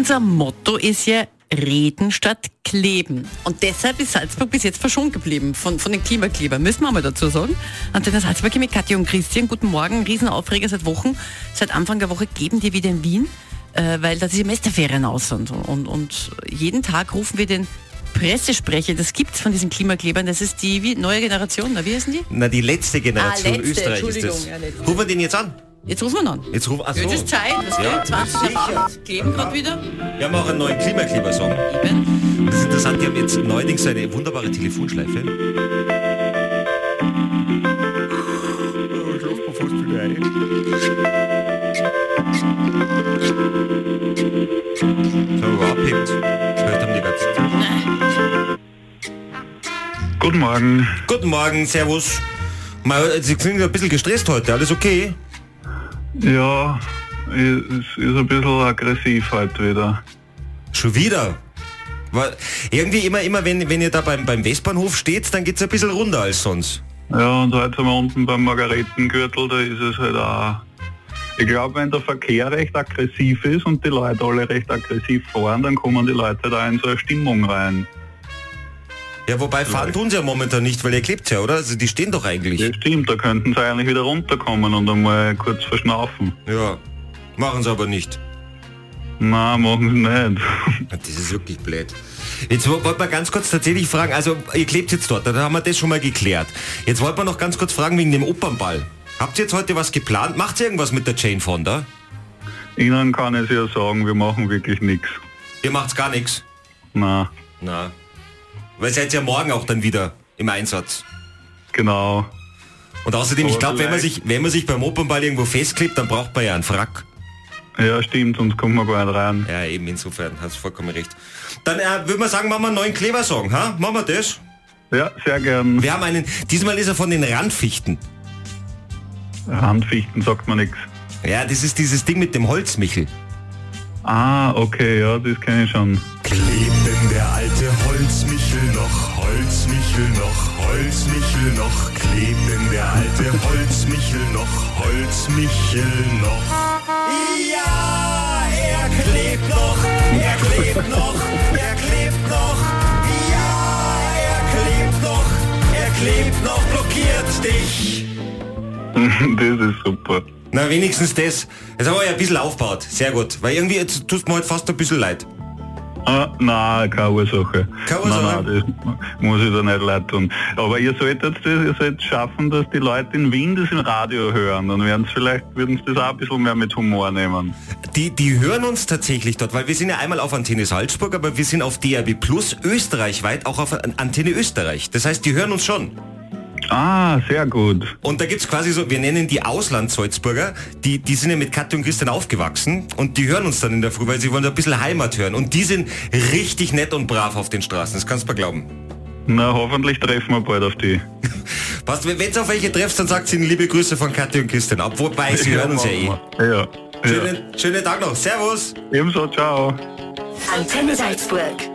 Unser Motto ist ja Reden statt Kleben. Und deshalb ist Salzburg bis jetzt verschont geblieben von den Klimaklebern, müssen wir mal dazu sagen. Antenne Salzburg mit Katja und Christian. Guten Morgen, Riesenaufreger seit Wochen. Seit Anfang der Woche geben die wieder in Wien, weil da die Semesterferien aus sind. Und jeden Tag rufen wir den Pressesprecher, das gibt's von diesen Klimaklebern, das ist die neue Generation, wie heißen die? Na, die letzte Generation Österreich ist das. Ja, rufen wir den jetzt an? Jetzt rufen wir an. Jetzt rufen wir Wird es Zeit, was geht? 20 nach 8, kleben gerade wieder. Wir haben auch einen neuen Klimakleber-Song. Eben. Das ist interessant, die haben jetzt neuerdings eine wunderbare Telefonschleife. So, abhebt. Hört haben die ganze Zeit. Guten Morgen. Guten Morgen, servus. Sie klingen ein bisschen gestresst heute, alles okay? Ja, es ist ein bisschen aggressiv heute wieder. Schon wieder? Weil irgendwie immer wenn ihr da beim Westbahnhof steht, dann geht's ein bisschen runder als sonst. Ja, und heute sind wir unten beim Margaretengürtel, da ist es halt auch... Ich glaube, wenn der Verkehr recht aggressiv ist und die Leute alle recht aggressiv fahren, dann kommen die Leute da in so eine Stimmung rein. Ja, wobei fahren tun sie ja momentan nicht, weil ihr klebt ja, oder? Also die stehen doch eigentlich. Ja, stimmt, da könnten sie eigentlich wieder runterkommen und einmal kurz verschnaufen. Ja, machen sie aber nicht. Nein, machen sie nicht. Das ist wirklich blöd. Jetzt wollte man ganz kurz tatsächlich fragen, also ihr klebt jetzt dort, dann haben wir das schon mal geklärt. Jetzt wollte man noch ganz kurz fragen wegen dem Opernball. Habt ihr jetzt heute was geplant? Macht ihr irgendwas mit der Jane Fonda? Ihnen kann ich ja sagen, wir machen wirklich nichts. Ihr macht's gar nichts? Nein. Na. Weil seid ja morgen auch dann wieder im Einsatz. Genau. Und außerdem, Aber ich glaube, wenn man sich beim Opernball irgendwo festklebt, dann braucht man ja einen Frack. Ja, stimmt, sonst kommt man gar nicht rein. Ja, eben, insofern hast du vollkommen recht. Dann würde man sagen, machen wir einen neuen Klebersong, ha? Machen wir das? Ja, sehr gern. Wir haben einen, diesmal ist er von den Randfichten. Randfichten sagt man nichts. Ja, das ist dieses Ding mit dem Holzmichel. Ah, okay, ja, das kenne ich schon. Klebt denn der alte Holzmichel noch, Holzmichel noch, Holzmichel noch? Klebt denn der alte Holzmichel noch, Holzmichel noch? Ja, er klebt noch, er klebt noch, er klebt noch. Ja, er klebt noch, blockiert dich. Das ist super. Na, wenigstens das. Jetzt haben wir ja ein bisschen aufgebaut. Sehr gut. Weil irgendwie jetzt tust mir halt fast ein bisschen leid. Ah, nein, keine Ursache. Keine Ursache? Nein, das muss ich da nicht leid tun. Aber ihr solltet schaffen, dass die Leute in Wien das im Radio hören. Dann würden sie das auch ein bisschen mehr mit Humor nehmen. Die hören uns tatsächlich dort, weil wir sind ja einmal auf Antenne Salzburg, aber wir sind auf DRB Plus österreichweit auch auf Antenne Österreich. Das heißt, die hören uns schon. Ah, sehr gut. Und da gibt's quasi so, wir nennen die Ausland-Salzburger, die sind ja mit Katja und Christian aufgewachsen und die hören uns dann in der Früh, weil sie wollen ein bisschen Heimat hören. Und die sind richtig nett und brav auf den Straßen, das kannst du mir glauben. Na, hoffentlich treffen wir bald auf die. Passt, wenn ihr auf welche trefft, dann sagt ihnen liebe Grüße von Katja und Christian ab, wobei sie hören uns ja eh. Ja. Schönen Tag noch, servus. Ebenso, ciao. Antenne Salzburg.